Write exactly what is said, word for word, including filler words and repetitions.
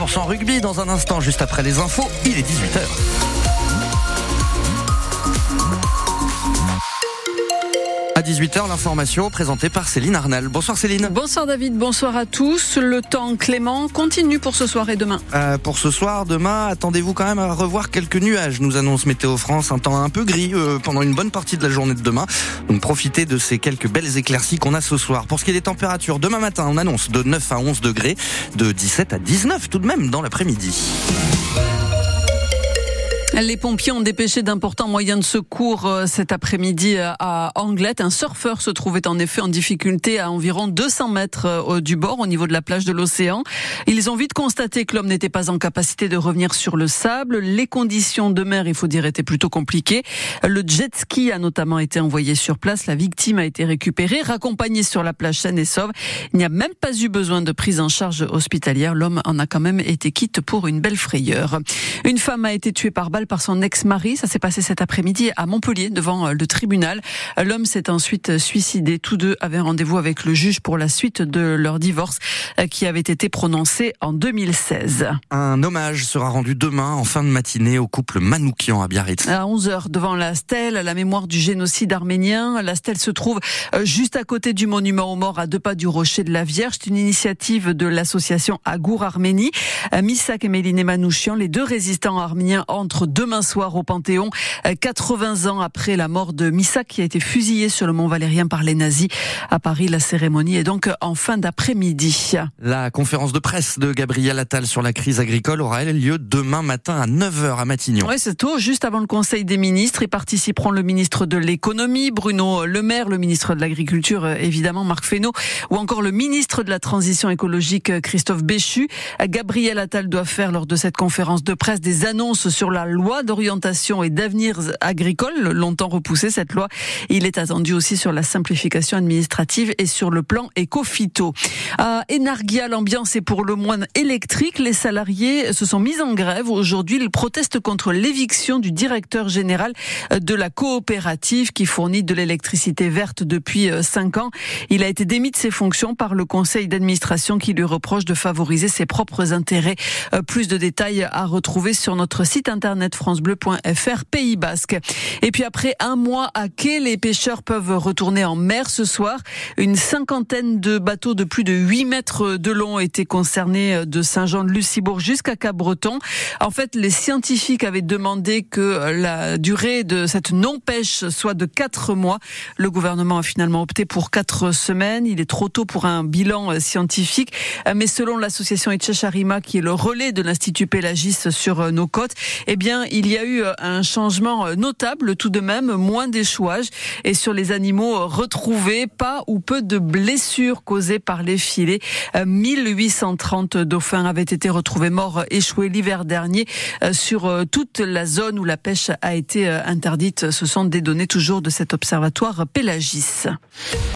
cent pour cent rugby dans un instant, juste après les infos, il est dix-huit heures. À dix-huit heures, l'information présentée par Céline Arnal. Bonsoir Céline. Bonsoir David, bonsoir à tous. Le temps clément continue pour ce soir et demain. Euh, pour ce soir, demain, attendez-vous quand même à revoir quelques nuages, nous annonce Météo France. Un temps un peu gris euh, pendant une bonne partie de la journée de demain. Donc profitez de ces quelques belles éclaircies qu'on a ce soir. Pour ce qui est des températures, demain matin, on annonce de neuf à onze degrés, de dix-sept à dix-neuf tout de même dans l'après-midi. Les pompiers ont dépêché d'importants moyens de secours cet après-midi à Anglette. Un surfeur se trouvait en effet en difficulté à environ deux cents mètres du bord au niveau de la plage de l'océan. Ils ont vite constaté que l'homme n'était pas en capacité de revenir sur le sable. Les conditions de mer, il faut dire, étaient plutôt compliquées. Le jet ski a notamment été envoyé sur place. La victime a été récupérée, raccompagnée sur la plage saine et sauve. Il n'y a même pas eu besoin de prise en charge hospitalière. L'homme en a quand même été quitte pour une belle frayeur. Une femme a été tuée par balle par son ex-mari. Ça s'est passé cet après-midi à Montpellier devant le tribunal. L'homme s'est ensuite suicidé. Tous deux avaient rendez-vous avec le juge pour la suite de leur divorce qui avait été prononcé en deux mille seize. Un hommage sera rendu demain en fin de matinée au couple Manoukian à Biarritz. À onze heures devant la stèle à la mémoire du génocide arménien. La stèle se trouve juste à côté du monument aux morts à deux pas du rocher de la Vierge. C'est une initiative de l'association Agour Arménie. Misak et Méline Manouchian, les deux résistants arméniens, entrent demain soir au Panthéon, quatre-vingts ans après la mort de Misak qui a été fusillé sur le Mont Valérien par les nazis. À Paris, la cérémonie est donc en fin d'après-midi. La conférence de presse de Gabriel Attal sur la crise agricole aura lieu demain matin à neuf heures à Matignon. Oui, c'est tôt, juste avant le Conseil des ministres. Y participeront le ministre de l'économie, Bruno Le Maire, le ministre de l'agriculture, évidemment, Marc Fesneau, ou encore le ministre de la transition écologique, Christophe Béchu. Gabriel Attal doit faire lors de cette conférence de presse des annonces sur la loi d'orientation et d'avenir agricole, longtemps repoussée cette loi. Il est attendu aussi sur la simplification administrative et sur le plan éco-phyto. À Enarguia, l'ambiance est pour le moins électrique. Les salariés se sont mis en grève. Aujourd'hui, ils protestent contre l'éviction du directeur général de la coopérative qui fournit de l'électricité verte depuis cinq ans. Il a été démis de ses fonctions par le conseil d'administration qui lui reproche de favoriser ses propres intérêts. Plus de détails à retrouver sur notre site internet francebleu point f r Pays Basque. Et puis après un mois à quai, les pêcheurs peuvent retourner en mer ce soir. Une cinquantaine de bateaux de plus de huit mètres de long étaient concernés de Saint-Jean-de-Luz-Cibourg jusqu'à Cap-Breton. En fait, les scientifiques avaient demandé que la durée de cette non-pêche soit de quatre mois. Le gouvernement a finalement opté pour quatre semaines. Il est trop tôt pour un bilan scientifique. Mais selon l'association Etchacharima, qui est le relais de l'Institut Pélagis sur nos côtes, eh bien, il y a eu un changement notable tout de même, moins d'échouages. Et sur les animaux retrouvés, pas ou peu de blessures causées par les filets. mille huit cent trente dauphins avaient été retrouvés morts, échoués l'hiver dernier sur toute la zone où la pêche a été interdite. Ce sont des données toujours de cet observatoire Pélagis.